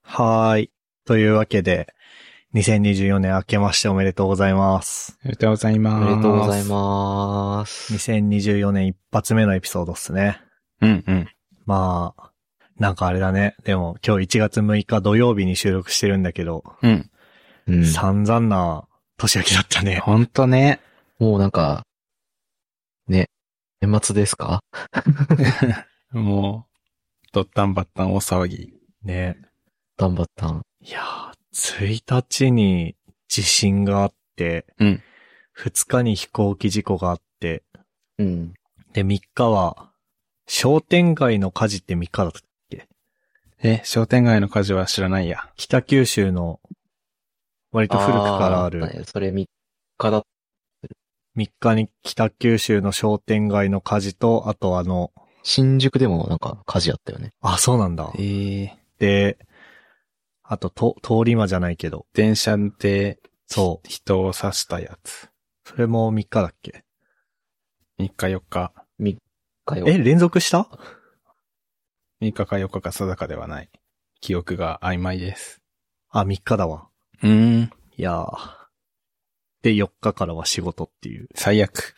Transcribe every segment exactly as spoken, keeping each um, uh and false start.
はーい。というわけで、にせんにじゅうよねん明けましておめでとうございます。 おめでとうございます。 おめでとうございます。 にせんにじゅうよねん一発目のエピソードっすね。 うんうん。 まあ、なんかあれだね。でも今日いちがつむいか土曜日に収録してるんだけど、 うん。 うん、 散々な年明けだったね。 ほんとね。 もうなんか、ね、年末ですかもう、ドッタンバッタン大騒ぎ。 ね。 バンバッタン。 いやー、ついたちに地震があって、 うん。 ふつかに飛行機事故があって、 うん。 でみっかは、商店街の火事ってみっかだったっけ？ え、商店街の火事は知らないや。 北九州の割と古くからある。 あー、それみっかだ。 みっかに北九州の商店街の火事と、あとあの、 新宿でもなんか火事あったよね。 あ、そうなんだ。 えー、 で、あと、と、通り魔じゃないけど、 電車でそう。 人を刺したやつ。 それもみっかだっけ？ みっかよっか。 みっかよ。 え、連続した？ みっかかよっかか定かではない。記憶が曖昧です。 あ、みっかだわ。 うーん。 いやー。で、よっかからは仕事っていう。 最悪。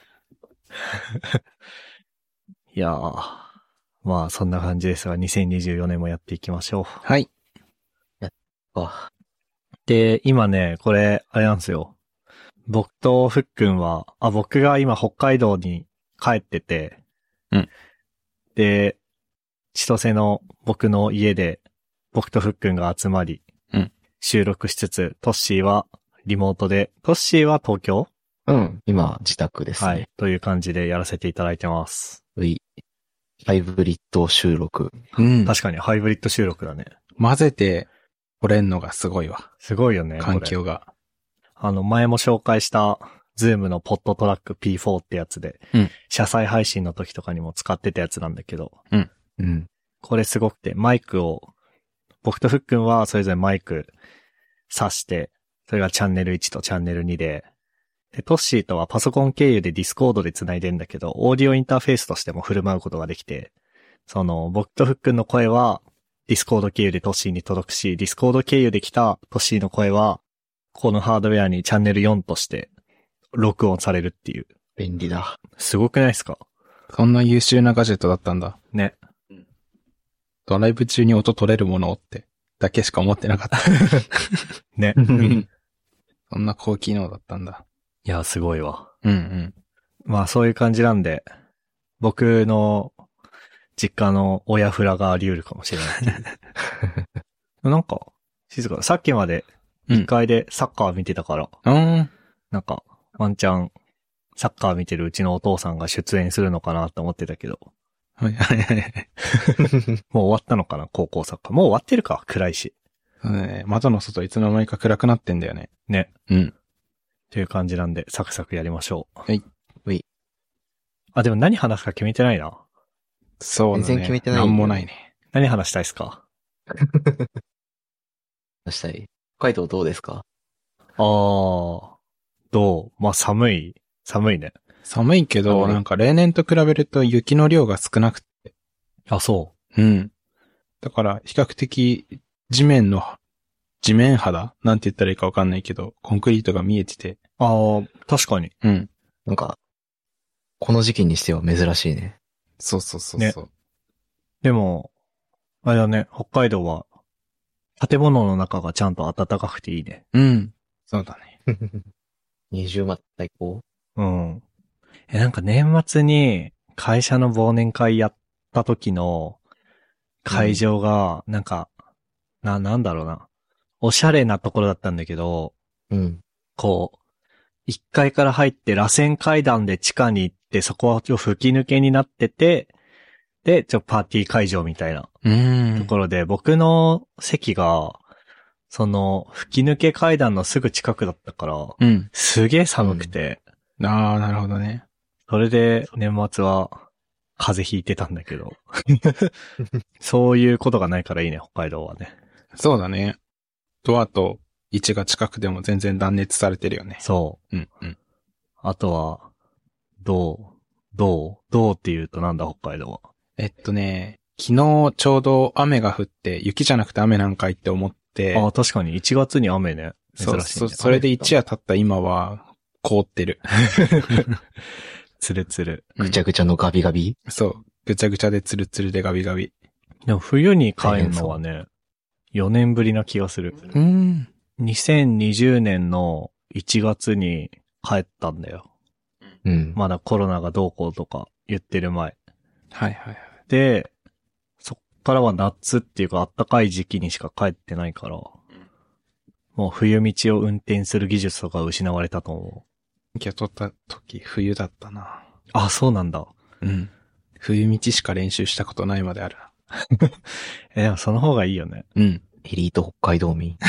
いやー。まあ、そんな感じですが、にせんにじゅうよねんもやっていきましょう。 はい。 あ、 で、今ね、これ、あれなんですよ。僕とふっくんは、あ、僕が今北海道に帰ってて、 うん。 で、千歳の僕の家で、僕とふっくんが集まり、 うん。 収録しつつ、トッシーはリモートで、トッシーは東京？ うん。今、自宅ですね。 はい。という感じでやらせていただいてます。 うい。ハイブリッド収録。 うん。 確かにハイブリッド収録だね。 混ぜて、来れんのがすごいわ。 すごいよね。 環境が。 あの、前も紹介した、ズームのポッドトラック ピーフォー ってやつで、 うん。 車載配信の時とかにも使ってたやつなんだけど、 うん。 うん。 これすごくて、マイクを、僕とふっくんはそれぞれマイク挿して、それがチャンネルいちとチャンネルにで、で、トッシーとはパソコン経由でディスコードで繋いでんだけど、オーディオインターフェースとしても振る舞うことができて、その、僕とふっくんの声は、ディスコード経由でトッシーに届くし、ディスコード経由で来たトッシーの声は、このハードウェアにチャンネルよんとして、録音されるっていう。 便利だ。 すごくないですか？ そんな優秀なガジェットだったんだ。 ね。 ドライブ中に音取れるものって、だけしか思ってなかった。 ね。 うんそんな高機能だったんだ。 いや、すごいわ。 うんうん。 まあ、そういう感じなんで、僕の実家の親フラがあり得るかもしれない。なんか、静かだ。さっきまでうんいっかいでサッカー見てたから、 うーん。 なんか、ワンチャン、サッカー見てるうちのお父さんが出演するのかなと思ってたけど、 はいはいはい。 もう終わったのかな、高校サッカー。もう終わってるか、暗いし。 そうね、窓の外いつの間にか暗くなってんだよね。 ね。 うん。 という感じなんで、サクサクやりましょう。 はい。 うい。 あ、でも何話すか決めてないな。 そうだね。 全然決めてないよなんもないね。 何話したいですか？ 出したい。北海道どうですか？ あー、どう？まあ、寒い。寒いね。 寒いけど、 寒いなんか例年と比べると雪の量が少なくて。 あ、そうん。だから比較的地面の、地面肌なんて言ったらいいかわかんないけど、コンクリートが見えてて。 う。あー、確かに。 うん。 なんか、この時期にしては珍しいね。 そうそうそうそう。 でも、あれだね、北海道は、建物の中がちゃんと暖かくていいね。 うん。そうだね。 二重ま最高。 うん。え、なんか年末に会社の忘年会やった時の会場が、なんか、な、なんだろうな。おしゃれなところだったんだけど、 うん。 こう、いっかいから入って螺旋階段で地下に行って、そこはちょっと吹き抜けになってて、で、ちょっとパーティー会場みたいなうーん。 ところで、僕の席が、その、吹き抜け階段のすぐ近くだったから、 うん。 すげえ寒くて、 ああ、なるほどね。 それで年末は風邪ひいてたんだけど、そういうことがないからいいね、北海道はね。 そうだね。とあと、いちが近くでも全然断熱されてるよね。 そう。 うん、うん。 あとは、どうどうどうって言うとなんだ、北海道は。 えっとね、昨日ちょうど雨が降って、雪じゃなくて雨なんかいって思って。 ああ、確かにいちがつに雨ね。 そう珍しいね。 そ、それで一夜経った今は、凍ってる。 つるつる。 ぐちゃぐちゃのガビガビ。 そう。ぐちゃぐちゃでツルツルでガビガビ。 でも冬に帰るのはね、よねんぶりな気がする。 うん。 にせんにじゅうねんのいちがつに帰ったんだよ。 うん。 まだコロナがどうこうとか言ってる前。 はいはいはい。 で、そっからは夏っていうか暖かい時期にしか帰ってないから、もう冬道を運転する技術とか失われたと思う。 今日撮った時、冬だったな。 あ、そうなんだ。 うん。冬道しか練習したことないまであるな。 え、でもその方がいいよね。 うん。 エリート北海道民。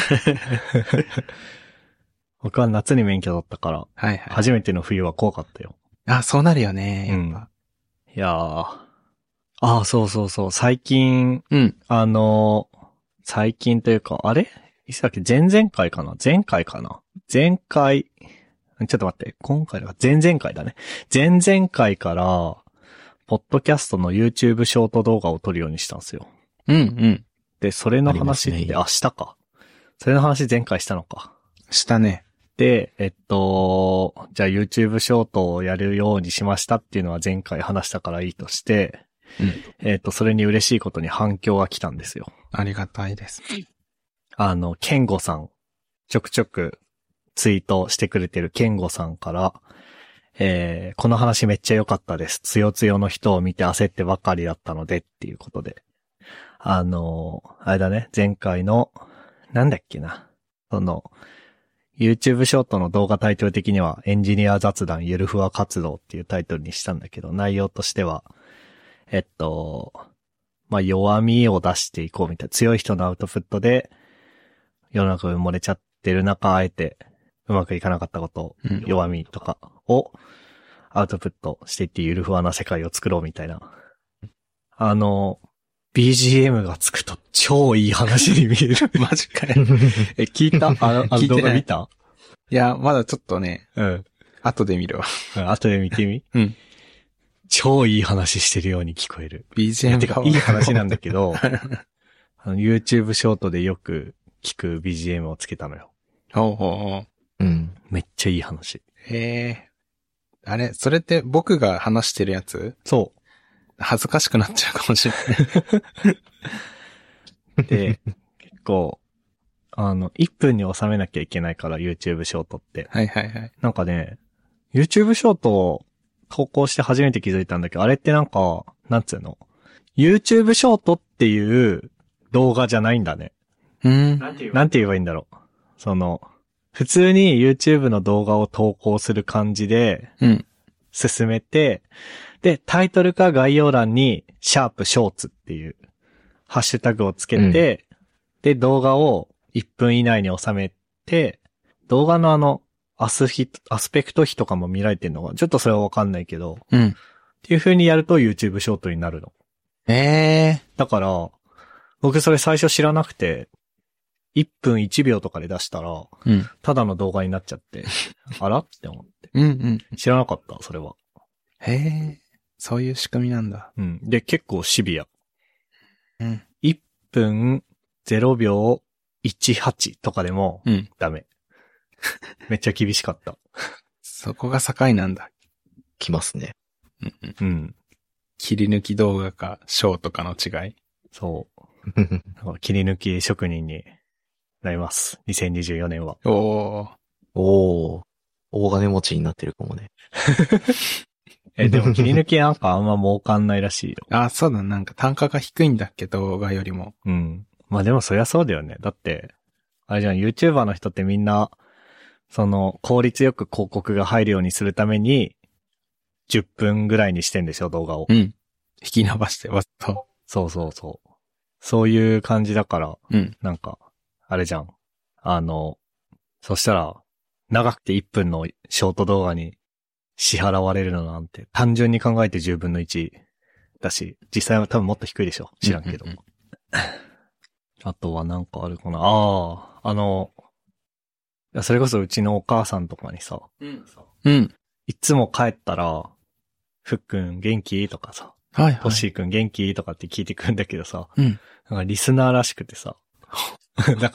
僕は夏に免許取ったから、 はいはい。 初めての冬は怖かったよ。 あ、そうなるよね、やっぱ。 いやー。ああ、そうそうそう。最近、 うん。 あのー最近というか、あれいつだっけ前々回かな前回かな前回、ちょっと待って、今回だか前々回だね。前々回から、ポッドキャストの YouTube ショート動画を撮るようにしたんですよ。 うんうん。 で、それの話っありますてね明日か。それの話前回したのか。 したね。 で、えっと、じゃあ YouTube ショートをやるようにしましたっていうのは前回話したからいいとして、 うん。 えっと、それに嬉しいことに反響が来たんですよ。 ありがたいです。 あの、ケンゴさん、ちょくちょくツイートしてくれてるケンゴさんから、えー、この話めっちゃ良かったです。つよつよの人を見て焦ってばかりだったのでっていうことで。あの、あれだね、前回の、なんだっけな。その、YouTube ショートの動画タイトル的にはエンジニア雑談ゆるふわ活動っていうタイトルにしたんだけど、内容としては、えっと、まあ、弱みを出していこうみたいな、強い人のアウトプットで、世の中埋もれちゃってる中、あえて、うまくいかなかったこと、 うん弱みとかをアウトプットしていってゆるふわな世界を作ろうみたいな。あの、ビージーエム がつくと超いい話に見える。 マジかよ。 え、聞いたあの、あの動聞いてない画見たいや、まだちょっとね、 うん。 後で見るわ。 うん後で見てみうん。 超いい話してるように聞こえる。 ビージーエムてか、いい話なんだけど、あの YouTube ショートでよく聞く ビージーエム をつけたのよ。 ほうほうほう。 うん。 めっちゃいい話。 へえ。あれ、それって僕が話してるやつそ恥ずかしくなっちゃうかもしれない。 う。で、結構、あの、いっぷんに収めなきゃいけないから YouTube ショートって。 はいはいはい。 なんかね、YouTube ショートを投稿して初めて気づいたんだけど、あれってなんか、なんつうの ?YouTube ショートっていう動画じゃないんだね。 うん。 なんて言えばいいんだろう。その、普通に YouTube の動画を投稿する感じで、 うん。 進めて、で、タイトルか概要欄に、シャープショーツっていう、ハッシュタグをつけて、うん、で、動画をいっぷん以内に収めて、動画のあの、アスヒ、アスペクト比とかも見られてるのか、ちょっとそれはわかんないけど、 うん。 っていう風にやると YouTube ショートになるの。 ええー。 だから、僕それ最初知らなくて、いっぷんいちびょうとかで出したら、 うん。 ただの動画になっちゃって、あらって思って。 うんうん。 知らなかった、それは。 へえ、そういう仕組みなんだ。 うん。で、結構シビア。 うん。 いっぷんぜろびょういちはちとかでも、 うん。 ダメ。めっちゃ厳しかった。 そこが境なんだ。 きますね。 うんうん。 うん。 切り抜き動画か、ショートかの違い。 そう。だから切り抜き職人になります。にせんにじゅうよねんは。 おー。 おー。大金持ちになってるかもね。 え、でも切り抜きなんかあんま儲かんないらしいよ。 あ、そうだ、なんか単価が低いんだっけ、動画よりも。 うん。まあでもそりゃそうだよね。だって、あれじゃん、YouTuber の人ってみんな、その、効率よく広告が入るようにするために、じゅっぷんぐらいにしてんでしょ、動画を。 うん。引き伸ばして、わざと。 そうそうそう。そういう感じだから、 うん。 なんか、あれじゃん。あの、そしたら、長くていっぷんのショート動画に支払われるのなんて、単純に考えてじゅうぶんのいちだし、実際は多分もっと低いでしょ。知らんけど。 うんうんうんあとはなんかあるかな。ああ、あの、いやそれこそうちのお母さんとかにさ、 うん。うん。 いつも帰ったら、ふっくん元気とかさ、 はいはい。 トッシーくん元気とかって聞いてくんだけどさ、 うん。 なんかリスナーらしくてさ、なんか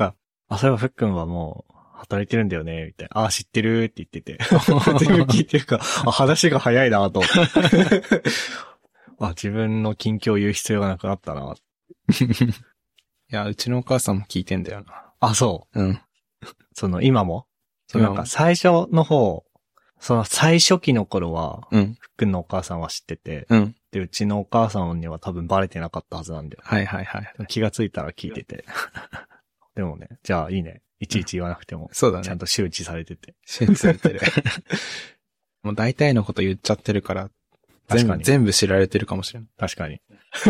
あ、そういえばふっくんはもう、働いてるんだよね、みたいな。あ、知ってるって言ってて。全部聞いてるから、あ、話が早いなと。あ、自分の近況を言う必要がなくなったな。 いや、うちのお母さんも聞いてんだよな。 あ、そう。 うん。 その、今もそのなんか最初の方、その最初期の頃は、 うん。 ふっくんのお母さんは知ってて、 うん。 で、うちのお母さんには多分バレてなかったはずなんだよ。 はいはいはい。 気がついたら聞いてて。でもね、じゃあいいね。いちいち言わなくても、 そうだね。 ちゃんと周知されてて。 周知されてる。もう大体のこと言っちゃってるから、全部、 確かに。 全部知られてるかもしれない。 確かに。い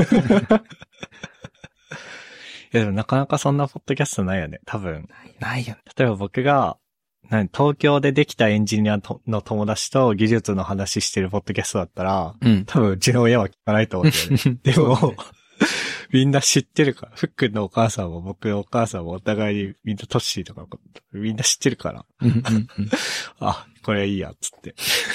やでもなかなかそんなポッドキャストないよね。多分。 ないよね。 例えば僕が、何東京でできたエンジニアの友達と技術の話してるポッドキャストだったら、 うん。 多分うちの親は聞かないと思うんだよね。でも、みんな知ってるから。ふっくんのお母さんも僕のお母さんもお互いにみんなトッシーとかのことみんな知ってるから。 うんうんうん、 あ、これいいや、つって。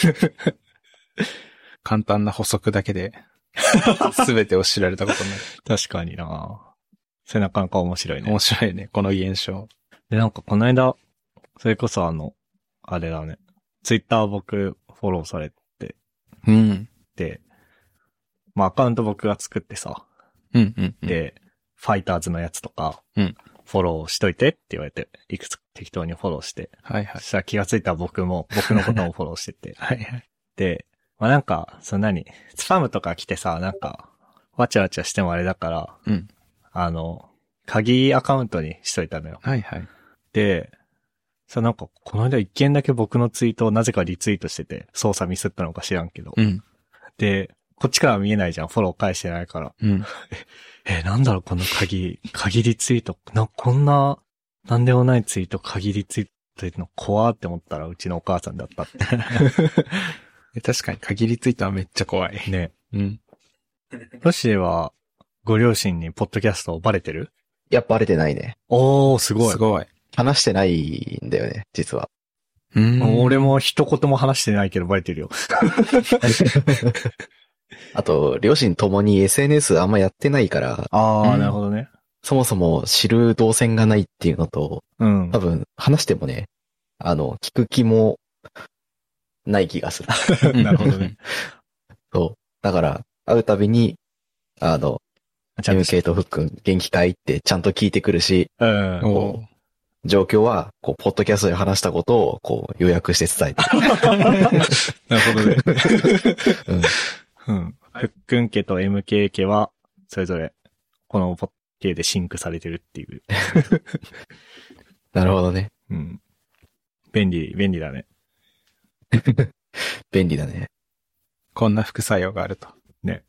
簡単な補足だけで、すべてを知られたことになる。 確かになそれなかなか面白いね。 面白いね、この現象。 で、なんかこの間、それこそあの、あれだね。ツイッター僕フォローされて、 うん。 で、まあアカウント僕が作ってさ、 うんうんうん、 で、ファイターズのやつとか、 うん、 フォローしといてって言われて、いくつか適当にフォローして、 はいはい。 そしたら気がついたら僕も、僕のこともフォローしてて、 はいはい。 で、まあなんか、そんなに、スパムとか来てさ、なんか、わちゃわちゃしてもあれだから、 うん。 あの、鍵アカウントにしといたのよ。 はいはい。 で、さ、なんか、この間一件だけ僕のツイートをなぜかリツイートしてて、操作ミスったのか知らんけど。 うん。 で、こっちからは見えないじゃん、フォロー返してないから。 うん。 え、なんだろう、この鍵、鍵リツイート。な、こんな、なんでもないツイート、鍵リツイートっての怖って思ったら、うちのお母さんだったって。 確かに、鍵リツイートはめっちゃ怖い。 ね。 うん。 ロシエは、ご両親にポッドキャストバレてる？ いや、バレてないね。 おー、すごい。 すごい。 話してないんだよね、実は。 うん。 俺も一言も話してないけどバレてるよ。 あと、両親ともに エスエヌエス あんまやってないから、 あー、 うん、 なるほどね。 そもそも知る動線がないっていうのと、 うん。 多分話してもね、あの、聞く気もない気がする。 なるほどね。 そう。だから、会うたびに、あの、 ちゃんとエムケー とふっくん元気かいってちゃんと聞いてくるし、 うん。 こう状況は、こう、ポッドキャストで話したことを、こう、要約して伝えてなるほどね。 うん。 うん。ふっくん家と エムケー 家は、それぞれ、このポッドキャストでシンクされてるっていう。 なるほどね。 うん。便利、便利だね。 便利だね。 こんな副作用があると。 ね。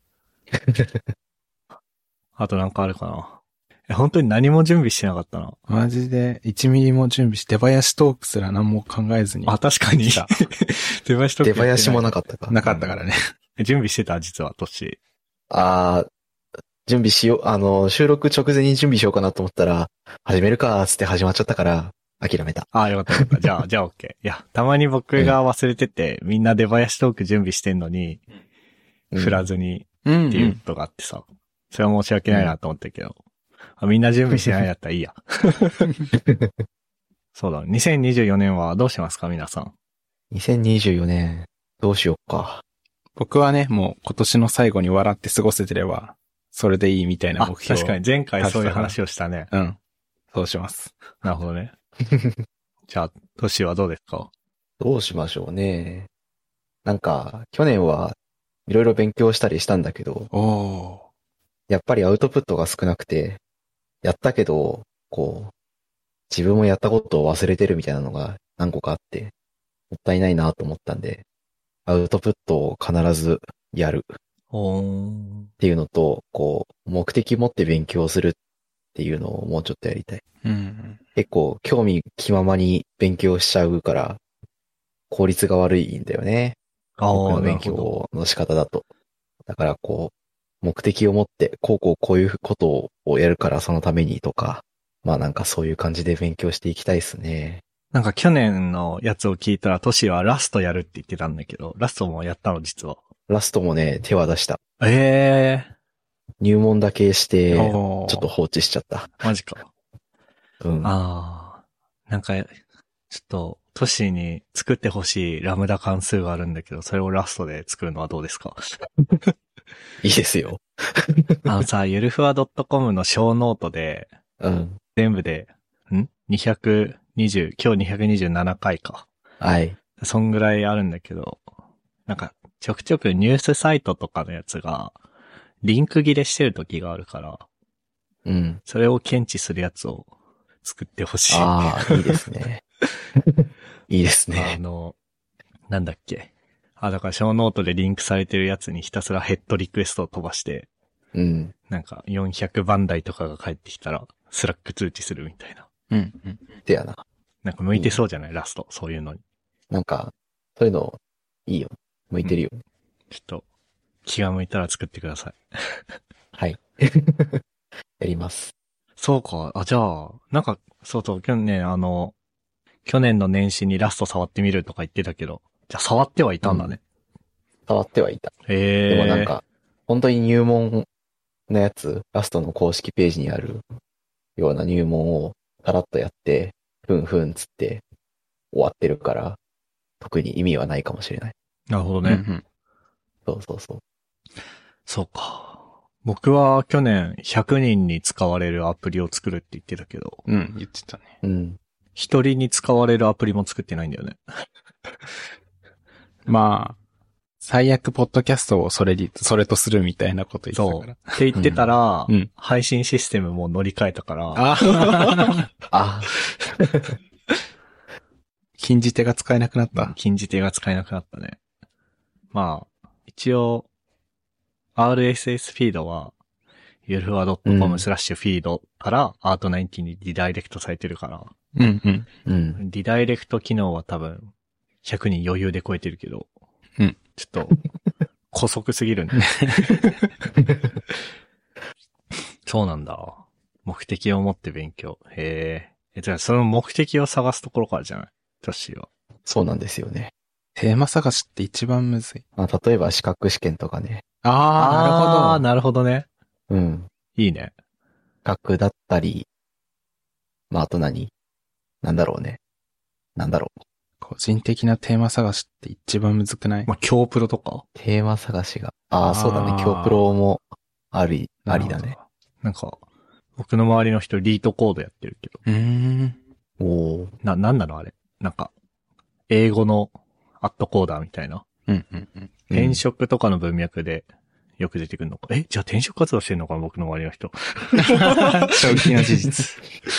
あとなんかあるかな。え、本当に何も準備してなかったな。 マジで、いちミリも準備して、出囃子トークすら何も考えずに。 あ、確かに。出囃子とか。 出囃子もなかったか。 なかったからね。 準備してた、実は、トッシー。あー、準備しよう、あの、収録直前に準備しようかなと思ったら、始めるかーつって始まっちゃったから、諦めた。 ああ、よかったよかった。じゃあ、じゃあオッケー。いや、たまに僕が忘れてて、うん、みんな出囃子トーク準備してんのに、うん、振らずに、っていうことがあってさ、うんうん、それは申し訳ないなと思ったけど、あ、みんな準備してないんだったらいいや。そうだ、にせんにじゅうよねんはどうしますか、皆さん。 にせんにじゅうよねん、どうしよっか。 僕はね、もう今年の最後に笑って過ごせてれば、それでいいみたいな目標。 確かに、前回そういう話をしたね。 うん。そうします。 なるほどね。じゃあ、トシはどうですか？ どうしましょうね。なんか、去年はいろいろ勉強したりしたんだけど、 おー。 やっぱりアウトプットが少なくて、やったけど、こう、自分もやったことを忘れてるみたいなのが何個かあって、もったいないなと思ったんで、アウトプットを必ずやる。っていうのと、こう、目的持って勉強するっていうのをもうちょっとやりたい。 うん、 結構、興味気ままに勉強しちゃうから、効率が悪いんだよね。僕の勉強の仕方だと。だからこう、目的を持って、こうこうこういうことをやるからそのためにとか、まあなんかそういう感じで勉強していきたいですね。 なんか去年のやつを聞いたらトシはラストやるって言ってたんだけど、ラストもやったの実は。 ラストもね、手は出した。 ええー。 入門だけして、ちょっと放置しちゃった。 マジか。 うん。 ああ。 なんか、ちょっと、トシに作ってほしいラムダ関数があるんだけど、それをラストで作るのはどうですか？ いいですよ。 あのさ、ゆるふわ .com の小ノートで、 うん。 全部で、ん ?にひゃくにじゅう、今日にひゃくにじゅうななかいか。 はい。 そんぐらいあるんだけど、なんか、ちょくちょくニュースサイトとかのやつが、リンク切れしてる時があるから、 うん。 それを検知するやつを作ってほしい。 ああ、いいですね。いいですあね。 の、なんだっけ。あ、だから小ノートでリンクされてるやつにひたすらヘッドリクエストを飛ばして、 うん。 なんかよんひゃくばん台とかが返ってきたら、スラック通知するみたいな。 うんうん。 でやな。 なんか向いてそうじゃない？ラスト。そういうのに。 なんか、そういうの、いいよ。向いてるよ。 ちょっと、気が向いたら作ってください。 はい。やります。 そうか。あ、じゃあ、なんか、そうそう、去年、あの、去年の年始にラスト触ってみるとか言ってたけど、じゃあ触ってはいたんだね。 触ってはいた。 へえ。 でもなんか、本当に入門のやつ、ラストの公式ページにあるような入門をタラッとやって、ふんふんつって終わってるから、特に意味はないかもしれない。 なるほどね。 うんうん。 そうそうそう。 そうか。僕は去年ひゃくにんに使われるアプリを作るって言ってたけど、 うん、言ってたね。 うん。 一人に使われるアプリも作ってないんだよね。 まあ、最悪ポッドキャストをそれに、それとするみたいなこと言ってそう。 たから。 って言ってたら、 うんうん配信システムも乗り換えたから、 ああ、 禁じ手が使えなくなった。 禁じ手が使えなくなったね。まあ、一応、アールエスエス フィードは、ゆるふわ .com スラッシュフィードからアートナインティにリダイレクトされてるから、 うんうん。 うん。 リダイレクト機能は多分、ひゃくにん余裕で超えてるけど、 うんちょっと、古速すぎるね。そうなんだ。目的を持って勉強。へえ。え、じゃあその目的を探すところからじゃない？トッシーは。 そうなんですよね。 テーマ探しって一番むずい。 まあ、例えば資格試験とかね。 ああ、なるほど。 なるほどね。 うん。 いいね。 資格だったり、まあ、あと何なんだろうね。なんだろう。 個人的なテーマ探しって一番むずくない？ まあ、京プロとかテーマ探しが。ああ、 あーそうだね。今日プロもあり、ありだね。 なんか、僕の周りの人リートコードやってるけど。 うーん。 おー。 な、なんなのあれ。なんか、英語のアットコーダーみたいな。 うんうんうん。 転職とかの文脈でよく出てくるのか。え、じゃあ転職活動してんのかな僕の周りの人。 衝撃の事実。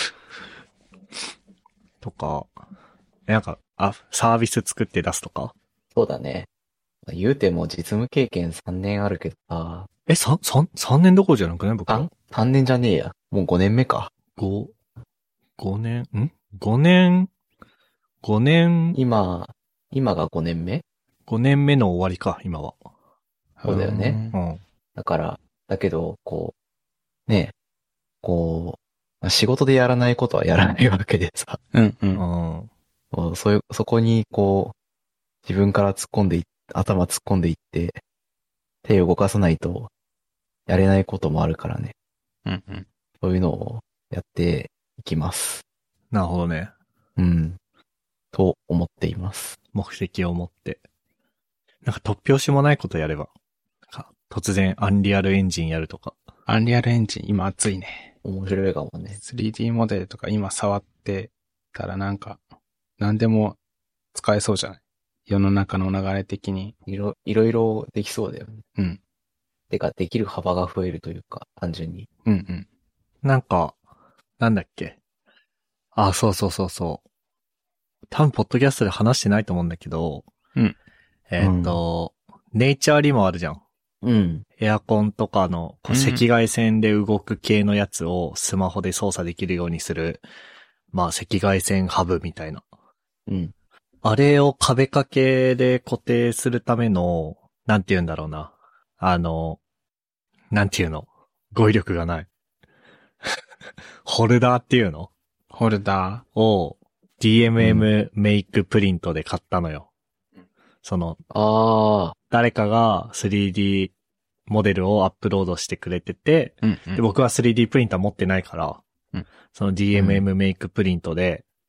とか、え、なんか、あ、サービス作って出すとか。 そうだね。言うても実務経験さんねんあるけどさ、 え、さ、さ、さんねんどころじゃなくない僕は。 さん、さんねんじゃねえや。もうごねんめか。 ご、ごねん、ん ?ご 年、ごねん、 今、今がごねんめごねんめの終わりか、今は。 そうだよねう。ん。 だから、だけど、こう、ねえ、こう、まあ仕事でやらないことはやらないわけでさ、 うんう。 うんん。 もうそういう、そこにこう、自分から突っ込んでい、頭突っ込んでいって、手を動かさないと、やれないこともあるからね。 うんうん。 そういうのをやっていきます。 なるほどね。 うん。と思っています。 目的を持って。なんか突拍子もないことやれば。なんか突然アンリアルエンジンやるとか。 アンリアルエンジン今熱いね。 面白いかもね。 スリーディー モデルとか今触ってたらなんか、何でも使えそうじゃない？世の中の流れ的に。 いろ、いろいろできそうだよね。 うん。 てか、できる幅が増えるというか、単純に。 うんうん。 なんか、なんだっけ。あ、そうそうそうそう。多分ポッドキャストで話してないと思うんだけど。 うん。 えっと、ネイチャーリモあるじゃん。 うん。 エアコンとかのこううん赤外線で動く系のやつをスマホで操作できるようにする、まあ赤外線ハブみたいな。 うん。 あれを壁掛けで固定するための、なんて言うんだろうな。あの、なんて言うの。語彙力がない。ホルダーっていうのホルダを ディーエムエム メイクプリントで買ったのよ。その、 ああ、 誰かが スリーディー モデルをアップロードしてくれてて、 ー。うんうん。 で僕は スリーディー プリンター持ってないから、 うんその ディーエムエム メイクプリントで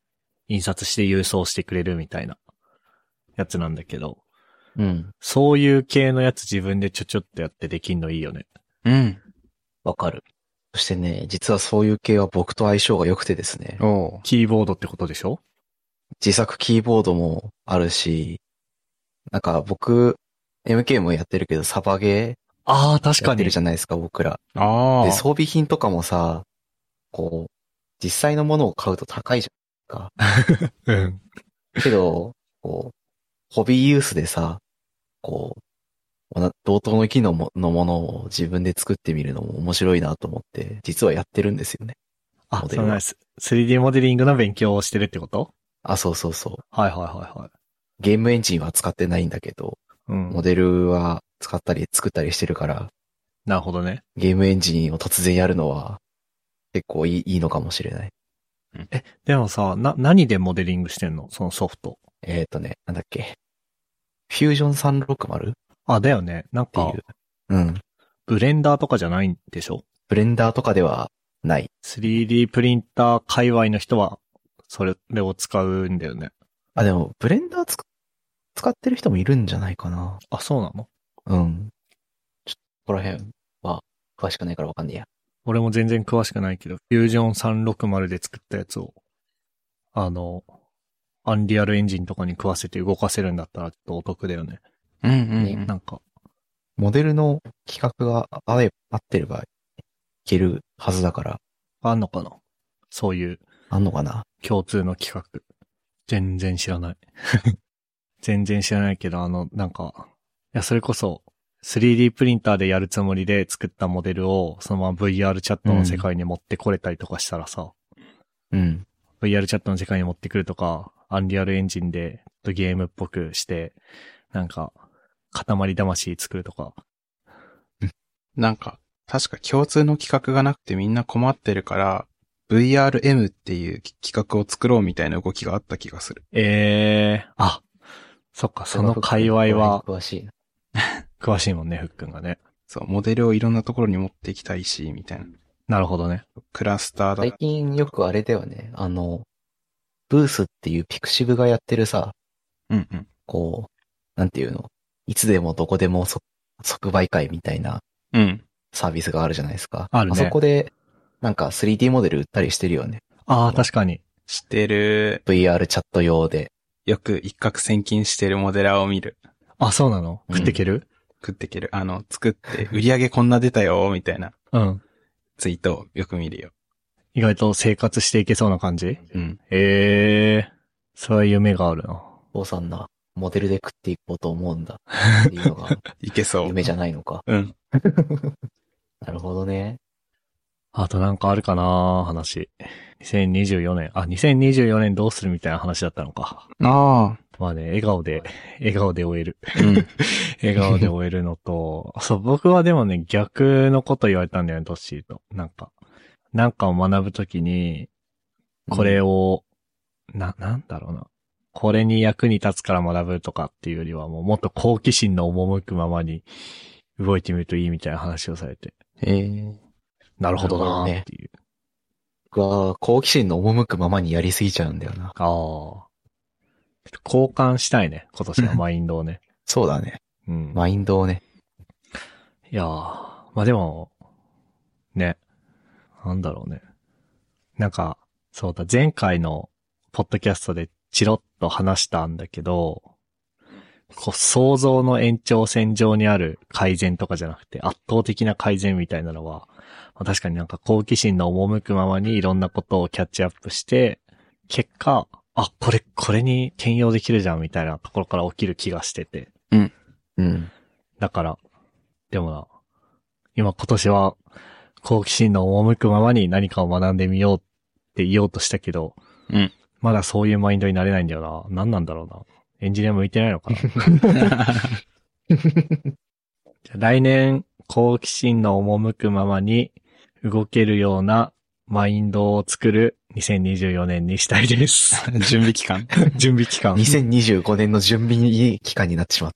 印刷して郵送してくれるみたいなやつなんだけど、 うん。 そういう系のやつ自分でちょちょっとやってできんのいいよね。 うん。 わかる。そしてね、実はそういう系は僕と相性が良くてですね。 おう。 キーボードってことでしょ？ 自作キーボードもあるし、なんか僕、エムケー もやってるけどサバゲああ、確ーやってかに。 るじゃないですか、僕ら。 ああ。 で、装備品とかもさ、こう、実際のものを買うと高いじゃんか。 うん。 けど、こう、ホビーユースでさ、こう、同同等の機能ものものを自分で作ってみるのも面白いなと思って、実はやってるんですよね。 あ、 モデルはそうなんです。スリーディー モデリングの勉強をしてるってこと？ あ、そうそうそう。 はいはいはいはい。 ゲームエンジンは使ってないんだけど、 うん。 モデルは使ったり作ったりしてるから、 なるほどね。 ゲームエンジンを突然やるのは結構いいいいのかもしれない。 でもさ、な、何でモデリングしてんの？そのソフト。 えっとね、なんだっけ。フュージョンさんろくまるっあ、だよね。なんかていう。、うん。 ブレンダーとかじゃないんでしょ？ ブレンダーとかではない。 スリーディー プリンター界隈の人は、それを使うんだよね。 あ、でも、ブレンダーつく使ってる人もいるんじゃないかな。 あ、そうなの？ うん。ちょっと、ここら辺は詳しくないからわかんねえや。 俺も全然詳しくないけど、フュージョンさんろくまるで作ったやつを、あの、アンリアルエンジンとかに食わせて動かせるんだったらちょっとお得だよね。 うんうん、 ねうん。 なんか、 モデルの企画が合え、合ってればいけるはずだから、 あんのかな？そういうあんのかな？ 共通の企画。全然知らない。全然知らないけど、あの、なんか、いや、それこそ、スリーディー プリンターでやるつもりで作ったモデルを、そのまま ブイアール チャットの世界に持ってこれたりとかしたらさ、 うん。 ブイアール チャットの世界に持ってくるとか、アンリアルエンジンでゲームっぽくして、なんか、塊魂作るとか。 なんか、確か共通の企画がなくてみんな困ってるから、ブイアールエム っていう企画を作ろうみたいな動きがあった気がする。 えー、あ、そっか、その界隈は詳しいな。 詳しいもんね、ふっくんがね。 そう、モデルをいろんなところに持っていきたいし、みたいな。 なるほどね。 クラスターだ。 最近よくあれだよね。あの、ブースっていうピクシブがやってるさ、 うんうん。 こう、なんていうの、いつでもどこでもそ即売会みたいなうん。 サービスがあるじゃないですか。 あるねあそこで、なんか スリーディー モデル売ったりしてるよね。 ああ、確かに。 知ってる。 ブイアール チャット用で。 よく一攫千金してるモデラーを見る。 あ、そうなの？ うん食っていける？ 食っていける。あの、作って売り上げこんな出たよ、みたいなうん。 ツイートをよく見るよ。 意外と生活していけそうな感じ？ うん。 ええー、そういう夢があるな。 父さんな、モデルで食っていこうと思うんだ。っていうのがいけそう。 夢じゃないのか。 うん。 なるほどね。 あとなんかあるかな話。にせんにじゅうよねん。あ、にせんにじゅうよねんどうするみたいな話だったのか。 あまあね、笑顔で、笑顔で終える。 あ。うん。 笑顔で終えるのと、そう、僕はでもね、逆のこと言われたんだよね、トッシーと。なんか、なんかを学ぶときに、これを、な、なんだろうな。これに役に立つから学ぶとかっていうよりは、もうもっと好奇心の赴くままに動いてみるといいみたいな話をされて。 ええ。 なるほどなーっていう。 僕は好奇心の赴くままにやりすぎちゃうんだよな。 ああ。ちょっと交換したいね、今年はマインドをね。 そうだね。 うん。 マインドをね。 いやー、まあでも、ね。なんだろうね。なんか、そうだ、前回のポッドキャストでチロッと話したんだけど、こう想像の延長線上にある改善とかじゃなくて圧倒的な改善みたいなのは、まあ、確かになんか好奇心の赴くままにいろんなことをキャッチアップして、結果、あ、これ、これに転用できるじゃんみたいなところから起きる気がしてて。 うん。 だから、でもな、今今年は好奇心の赴くままに何かを学んでみようって言おうとしたけど、 うん。 まだそういうマインドになれないんだよな。何なんだろうな。エンジニア向いてないのかな。じゃあ来年、好奇心の赴くままに動けるようなマインドを作るにせんにじゅうよねんにしたいです。 準備期間。 準備期間。 にせんにじゅうごねんの準備期間になってしまった。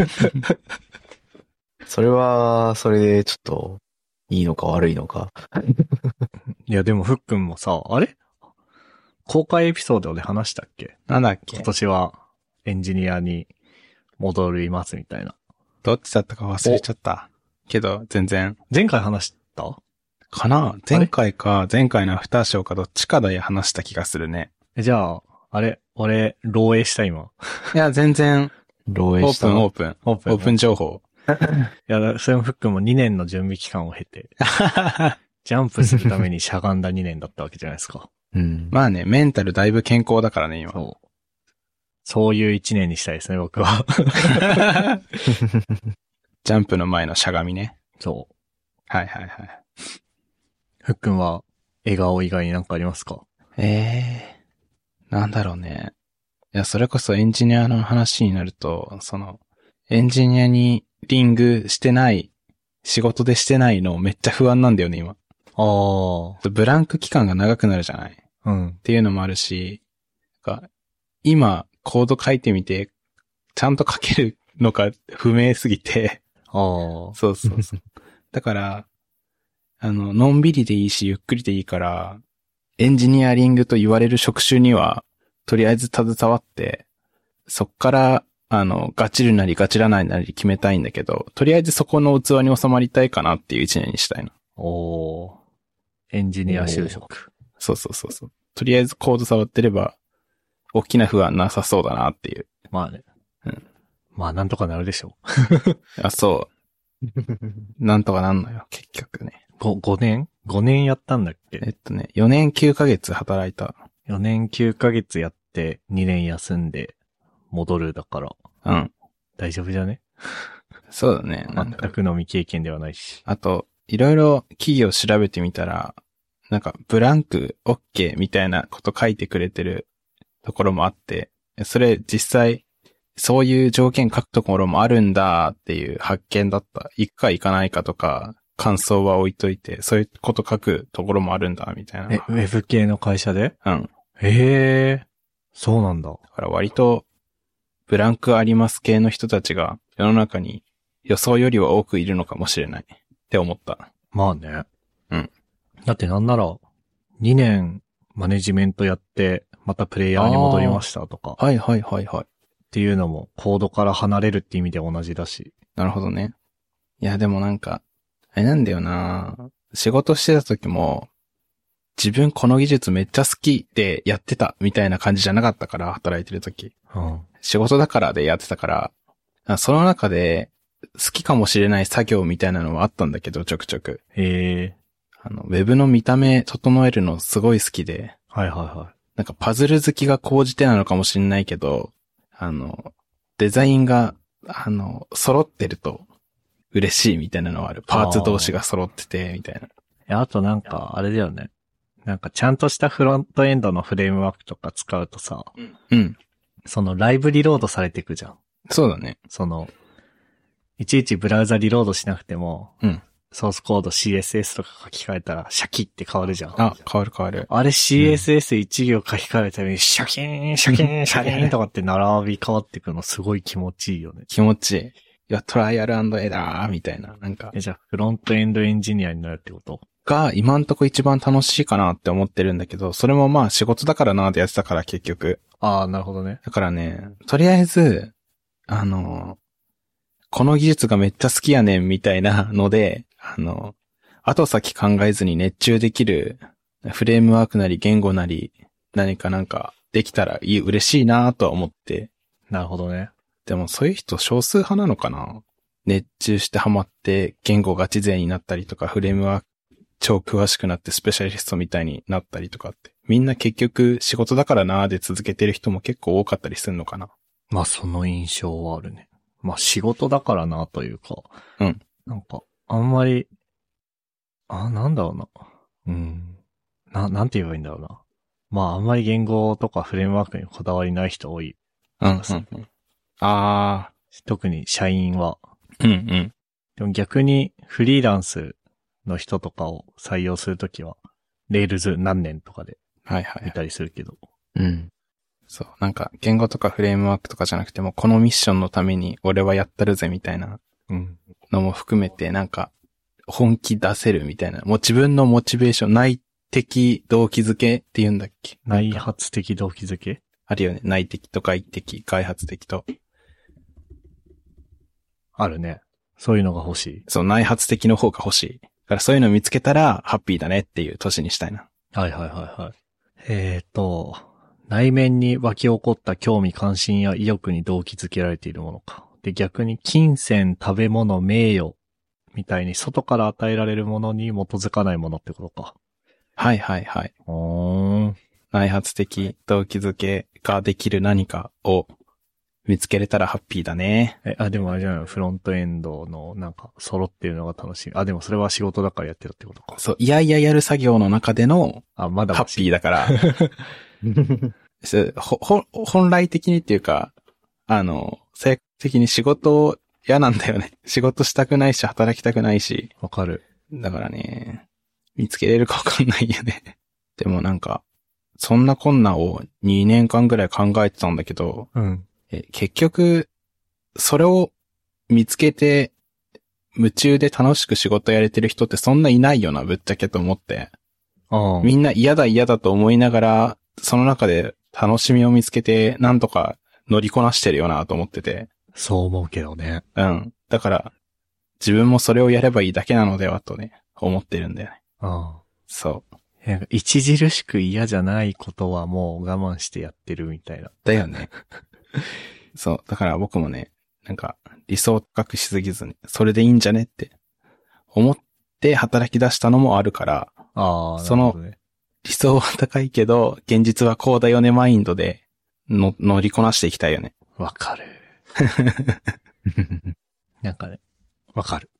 それは、それでちょっと、いいのか悪いのか。 いや、でもふっくんもさ、あれ公開エピソードで話したっけ？ なんだっけ？ 今年はエンジニアに戻りますみたいな。 どっちだったか忘れちゃった。けど、全然。 前回話したかな？前回か、前回のアフターショーかどっちかで話した気がするね。 じゃあ、あれ、俺、漏洩した今。 いや、全然、 漏洩したオープン、オープン。 オープン。 オープン情報。 いや、それもフックもにねんの準備期間を経て、ジャンプするためにしゃがんだにねんだったわけじゃないですか。 うん。 まあね、メンタルだいぶ健康だからね、今。 そう。そういういちねんにしたいですね、僕は。 ジャンプの前のしゃがみね。 そう。 はいはいはい。 ふっくんは、笑顔以外になんかありますか？ ええー、なんだろうね。いや、それこそエンジニアの話になると、その、エンジニアにリングしてない、仕事でしてないのめっちゃ不安なんだよね、今。 ああ。 ブランク期間が長くなるじゃない。 うん。 っていうのもあるし、なんか今、コード書いてみて、ちゃんと書けるのか不明すぎて。 ああ。 そうそうそう。だから、あの、のんびりでいいし、ゆっくりでいいから、エンジニアリングと言われる職種には、とりあえず携わって、そっから、あの、ガチるなりガチらないなり決めたいんだけど、とりあえずそこの器に収まりたいかなっていう一年にしたいな。 おー。エンジニア就職。 そうそうそうそう。とりあえずコード触ってれば、大きな不安なさそうだなっていう。 まあね。 うん。 まあなんとかなるでしょう。あ、そう。なんとかなんのよ、結局ね。 ご、ごねん ?ご 年やったんだっけ？ えっとね、よねんきゅうかげつ働いた。 よねんきゅうかげつやってにねん休んで戻るだから。 うん。 大丈夫じゃね？ そうだね。なんか全くの未経験ではないし。 あと、いろいろ企業調べてみたら、なんかブランク OK みたいなこと書いてくれてるところもあって、それ実際そういう条件書くところもあるんだっていう発見だった。行くか行かないかとか、感想は置いといて、そういうこと書くところもあるんだみたいな。 え、ウェブ系の会社で？ うん。 へえ、そうなんだ。 だから割とブランクあります系の人たちが世の中に予想よりは多くいるのかもしれないって思った。 まあね。 うん。 だってなんなら、にねんマネジメントやって、またプレイヤーに戻りましたとか。 はいはいはいはい。 っていうのも、コードから離れるって意味で同じだし。 なるほどね。いやでもなんか、あれなんだよな。仕事してた時も、自分この技術めっちゃ好きでやってたみたいな感じじゃなかったから、働いてる時。 うん。 仕事だからでやってたから、その中で好きかもしれない作業みたいなのはあったんだけど、ちょくちょく。 へえ。 あの、ウェブの見た目整えるのすごい好きで。 はいはいはい。 なんかパズル好きが高じてなのかもしれないけど、あの、デザインが、あの、揃ってると嬉しいみたいなのはある。パーツ同士が揃ってて、みたいな。 いや、あとなんか、あれだよね。なんかちゃんとしたフロントエンドのフレームワークとか使うとさ、 うん。 そのライブリロードされていくじゃん。 そうだね。 その、いちいちブラウザリロードしなくても、 うん。 ソースコード シーエスエス とか書き換えたらシャキって変わるじゃん。 あ、変わる変わる。 あれ シーエスエスいち 行書き換えるためにシャキーン、シャキーン、シャキーンとかって並び変わっていくのすごい気持ちいいよね。 気持ちいい。いや、トライアル&エラーみたいな、なんか。 え、じゃあフロントエンドエンジニアになるってこと？ が、今んとこ一番楽しいかなって思ってるんだけど、それもまあ仕事だからなってやってたから結局。 ああ、なるほどね。 だからね、とりあえず、あの、この技術がめっちゃ好きやねんみたいなので、あの、後先考えずに熱中できるフレームワークなり言語なり何かなんかできたらいい、嬉しいなとは思って。 なるほどね。 でもそういう人少数派なのかな？熱中してハマって言語ガチ勢になったりとかフレームワーク超詳しくなってスペシャリストみたいになったりとかって。みんな結局仕事だからなーで続けてる人も結構多かったりするのかな。 まあその印象はあるね。まあ仕事だからなというか。 うん。 なんか、あんまり、あ、なんだろうな。うん。な、なんて言えばいいんだろうな。まああんまり言語とかフレームワークにこだわりない人多い。 うん、うん、うん。あー。特に社員は。 うん、うん。 でも逆にフリーランスの人とかを採用するときは、レールズ何年とかで。 はいはい。 見たりするけど。 うん。そう。なんか、言語とかフレームワークとかじゃなくても、このミッションのために俺はやったるぜみたいなのも含めて、なんか、本気出せるみたいな。もう自分のモチベーションない的動機づけって言うんだっけ？ 内発的動機づけ？ あるよね。内的と外的、外発的と。 あるね。そういうのが欲しい。 そう、内発的の方が欲しい。だからそういうの見つけたら、ハッピーだねっていう年にしたいな。 はいはいはいはい。えーと、内面に湧き起こった興味関心や意欲に動機づけられているものか。で、逆に金銭、食べ物、名誉みたいに外から与えられるものに基づかないものってことか。 はいはいはい。 うーん。 内発的動機づけができる何かを見つけれたらハッピーだね。 え、あ、でもあれじゃない、フロントエンドのなんか揃ってるのが楽しい。あ、でもそれは仕事だからやってるってことか。 そう、いやいややる作業の中でのあ、まだハッピーだから。ほ、ほ、本来的にっていうか、あの、性格的に仕事嫌なんだよね。仕事したくないし、働きたくないし。 わかる。 だからね、見つけれるかわかんないよね。でもなんか、そんなこんなをにねんかんぐらい考えてたんだけど、 うん。 え結局、それを見つけて、夢中で楽しく仕事やれてる人ってそんないないよな、ぶっちゃけと思って。 ああ。 みんな嫌だ嫌だと思いながら、その中で楽しみを見つけて、なんとか乗りこなしてるよなと思ってて。 そう思うけどね。 うん。だから、自分もそれをやればいいだけなのではとね、思ってるんだよね。 ああ。 そう。 なんか著しく嫌じゃないことはもう我慢してやってるみたいな。 だよね。そう。だから僕もね、なんか理想高くしすぎずに、それでいいんじゃねって思って働き出したのもあるから、 ああ、 そのなるほどね。 理想は高いけど、現実はこうだよねマインドでの乗りこなしていきたいよね。 わかる。なんかね、わかる。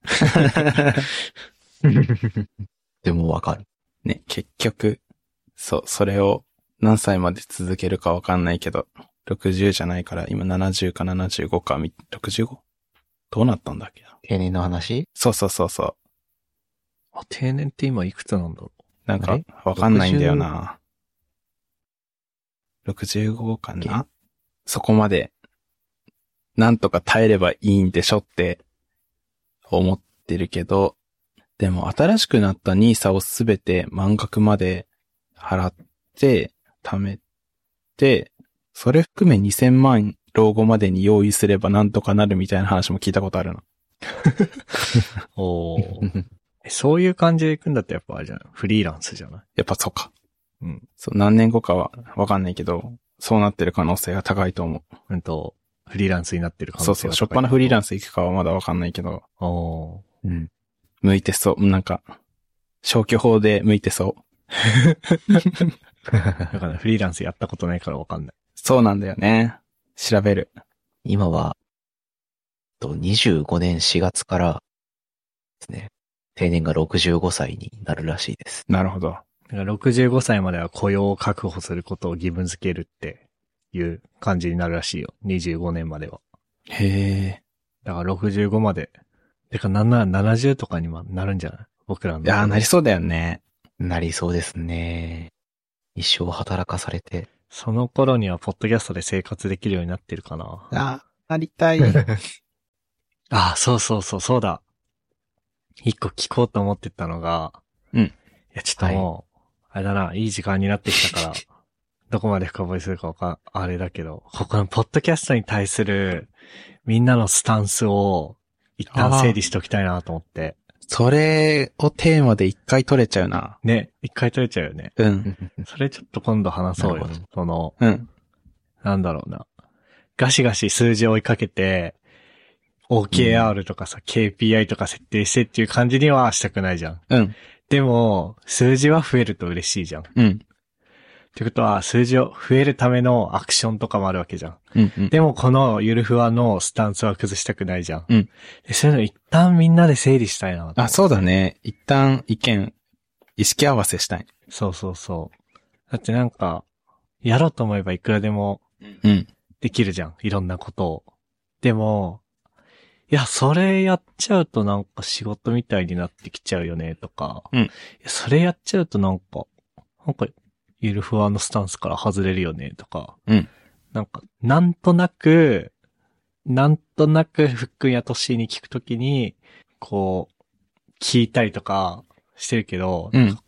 でもわかる。 ね、結局、そう、それを何歳まで続けるかわかんないけど、ろくじゅうじゃないから今ななじゅうかななじゅうごか、ろくじゅうご？ どうなったんだっけな。 定年の話？ そうそうそうそう。 あ、定年って今いくつなんだろなんかあれ、 わかんないんだよな。ろくじゅうごかな？そこまで、なんとか耐えればいいんでしょって思ってるけど、でも新しくなったニーサをすべて満額まで払って、貯めて、それ含めにせんまん老後までに用意すればなんとかなるみたいな話も聞いたことあるの。 う。おー。そういう感じで行くんだってやっぱあれじゃない？フリーランスじゃない？ やっぱそうか。 うん。 そう、何年後かはわかんないけど、そうなってる可能性が高いと思う。 うんと、フリーランスになってる可能性そうそう、しょっぱなフリーランス行くかはまだわかんないけど、 おー。 うん。 向いてそう。なんか、消去法で向いてそう。 だからフリーランスやったことないからわかんない。 そうなんだよね。調べる。 今は、とにじゅうごねんしがつからですね、定年がろくじゅうごさいになるらしいです。 なるほど。 だからろくじゅうごさいまでは雇用を確保することを義務付けるっていう感じになるらしいよ。にじゅうごねんまでは。 へえ。 だからろくじゅうごまで。てか、なんならななじゅうとかにもなるんじゃない？僕らの。 いやー、なりそうだよね。 なりそうですね。一生働かされて。 その頃にはポッドキャストで生活できるようになってるかな。 あ、なりたい。 ああ、そうそうそう、そうだ。一個聞こうと思ってたのが、 うん。 いや、ちょっともう、あれだな、いい時間になってきたから、どこまで深掘りするかわかん、あれだけど、ここのポッドキャストに対するみんなのスタンスを一旦整理しときたいなと思って。 それをテーマで一回取れちゃうな。 ね、一回取れちゃうよね。 うん。 それちょっと今度話そうよなるほど。 その、 うん。 なんだろうな。ガシガシ数字を追いかけて、オーケーアール とかさ、うん、ケーピーアイ とか設定してっていう感じにはしたくないじゃん。 うん。 でも、数字は増えると嬉しいじゃん。 うん。 ってことは、数字を増えるためのアクションとかもあるわけじゃん。 うん、うん。 でも、このゆるふわのスタンスは崩したくないじゃん。 うん。 でそういうの一旦みんなで整理したいな。 あ、そうだね。一旦意見、意識合わせしたい。 そうそうそう。だってなんか、やろうと思えばいくらでも、 うん。 できるじゃん。いろんなことを。でも、いや、それやっちゃうとなんか仕事みたいになってきちゃうよね、とか。 うん。いや、それやっちゃうとなんか、なんか、ゆるふわのスタンスから外れるよね、とか。 うん。 なんか、なんとなく、なんとなく、ふっくんやとしーに聞くときに、こう、聞いたりとかしてるけど、 うんなんかこう、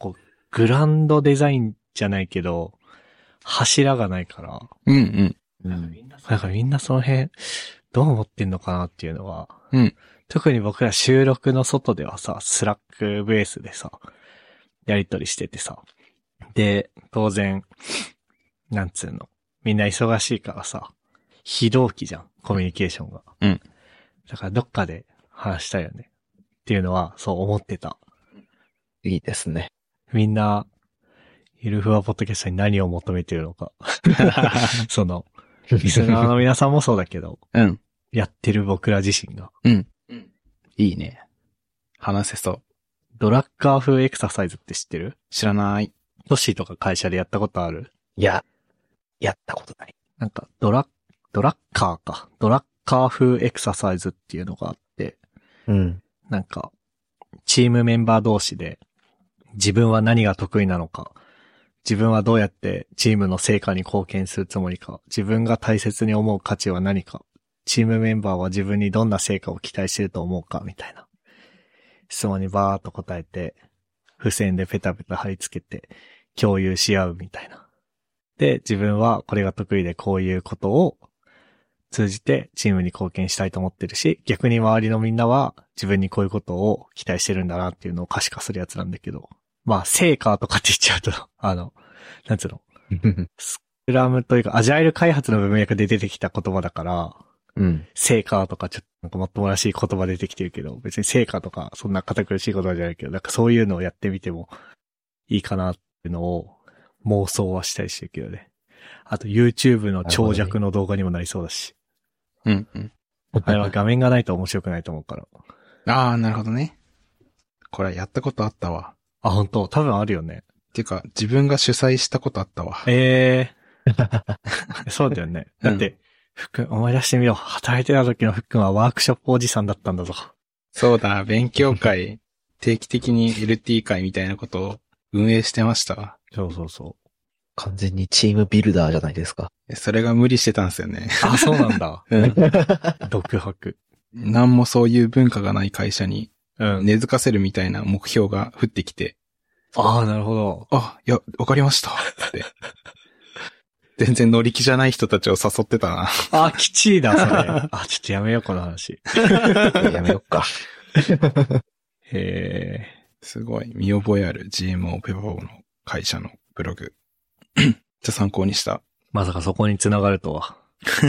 グランドデザインじゃないけど、柱がないから、 うんうん。 うん。 なんかみんなその辺、どう思ってんのかなっていうのは、 うん。 特に僕ら収録の外ではさ、スラックベースでさ、やりとりしててさ。で、当然、なんつうの、みんな忙しいからさ、非同期じゃん、コミュニケーションが。 うん。 だからどっかで話したいよね。っていうのは、そう思ってた。 いいですね。 みんな、ゆるふわポッドキャストに何を求めてるのか。その、リスナーの皆さんもそうだけど、 うん。 やってる僕ら自身が。 うん。いいね。話せそう。 ドラッカー風エクササイズって知ってる？ 知らない。 トッシーとか会社でやったことある？ いや、やったことない。 なんか、ドラ、ドラッカーか。ドラッカー風エクササイズっていうのがあって、 うん。 なんか、チームメンバー同士で、自分は何が得意なのか、自分はどうやってチームの成果に貢献するつもりか、自分が大切に思う価値は何か、チームメンバーは自分にどんな成果を期待してると思うか、みたいな。質問にバーっと答えて、付箋でペタペタ貼り付けて、共有し合うみたいな。で、自分はこれが得意でこういうことを通じてチームに貢献したいと思ってるし、逆に周りのみんなは自分にこういうことを期待してるんだなっていうのを可視化するやつなんだけど、まあ、成果とかって言っちゃうと、あの、なんつうの、スクラムというかアジャイル開発の文脈で出てきた言葉だから、 うん。 成果とかちょっとなんかもっともらしい言葉出てきてるけど、別に成果とかそんな堅苦しい言葉じゃないけど、なんかそういうのをやってみてもいいかなっていうのを妄想はしたりしてるけどね。あと YouTube の長尺の動画にもなりそうだし。 うんうん。 あれは画面がないと面白くないと思うから。 ああ、なるほどね。これやったことあったわ。 あ、本当多分あるよね。 てか、自分が主催したことあったわ。 ええー。そうだよね。だって、うん、ふっくん思い出してみろ。働いてた時のふっくんはワークショップおじさんだったんだぞ。 そうだ、勉強会、定期的に エルティー 会みたいなことを運営してましたわ。 そうそうそう。 完全にチームビルダーじゃないですか。 それが無理してたんですよね。 あ、そうなんだ。 うん。 独白。 なんもそういう文化がない会社に、 うん。 根付かせるみたいな目標が降ってきて。 ああ、なるほど。 あ、いや、わかりました。って。全然乗り気じゃない人たちを誘ってたな。 あ、きちいだ、それ。あ、ちょっとやめよう、この話。 やめよっか。 へえ。 すごい、見覚えある ジーエムオー ペパボの会社のブログ。じゃあ参考にした。 まさかそこに繋がるとは。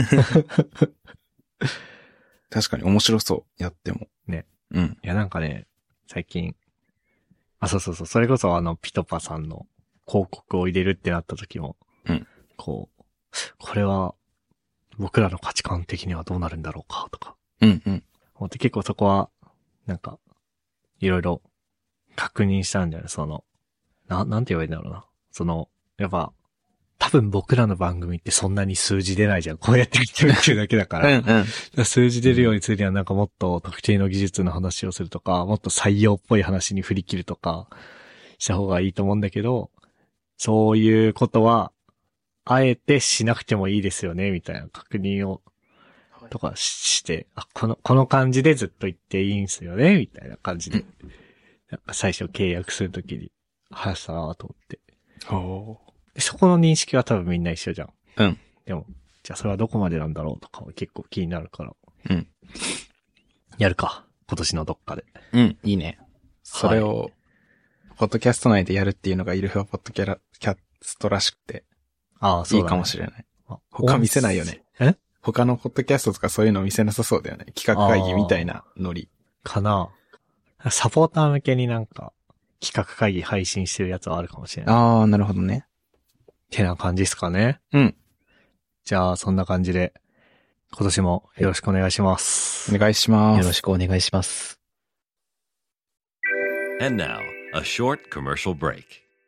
確かに面白そう、やっても。 ね。 うん。 いや、なんかね、最近、あ、そうそうそう、それこそあの、ピトパさんの広告を入れるってなった時も、 うん。 こう、これは、僕らの価値観的にはどうなるんだろうか、とか。 うんうん。 思って結構そこは、なんか、いろいろ確認したんだよね、その、な、なんて言えばいいんだろうな。その、やっぱ、多分僕らの番組ってそんなに数字出ないじゃん。こうやって言ってるっていうだけだから。 うんうん、 数字出るようにするにはなんかもっと特定の技術の話をするとか、もっと採用っぽい話に振り切るとか、した方がいいと思うんだけど、そういうことは、あえてしなくてもいいですよね、みたいな確認を、とかして、あ、この、この感じでずっと言っていいんすよね、みたいな感じで。なんか最初契約するときに話したなと思って。 おー。 でそこの認識は多分みんな一緒じゃん。 うん。 でも、じゃあそれはどこまでなんだろうとかは結構気になるから。 うん。 やるか。今年のどっかで。 うん、いいね。それを、はい、ポッドキャスト内でやるっていうのがイルフはポッドキャストらしくて。 ああ、そうだね。 いいかもしれない。他見せないよね。 え？ 他のポッドキャストとかそういうの見せなさそうだよね。企画会議みたいなノリ。 かな。サポーター向けになんか、企画会議配信してるやつはあるかもしれない。 ああ、なるほどね。 ってな感じですかね。 うん。 じゃあ、そんな感じで、今年もよろしくお願いします。 お願いします。 よろしくお願いします。 And now, a short commercial break.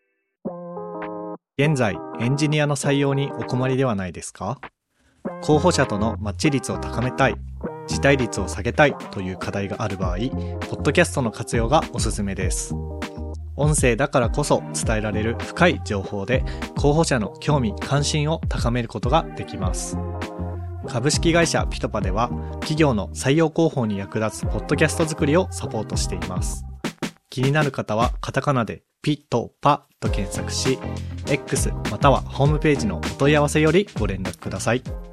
現在、エンジニアの採用にお困りではないですか？候補者とのマッチ率を高めたい、辞退率を下げたいという課題がある場合、ポッドキャストの活用がおすすめです。音声だからこそ伝えられる深い情報で候補者の興味関心を高めることができます。株式会社ピトパでは企業の採用広報に役立つポッドキャスト作りをサポートしています。気になる方はカタカナでピトパと検索し、X またはホームページのお問い合わせよりご連絡ください。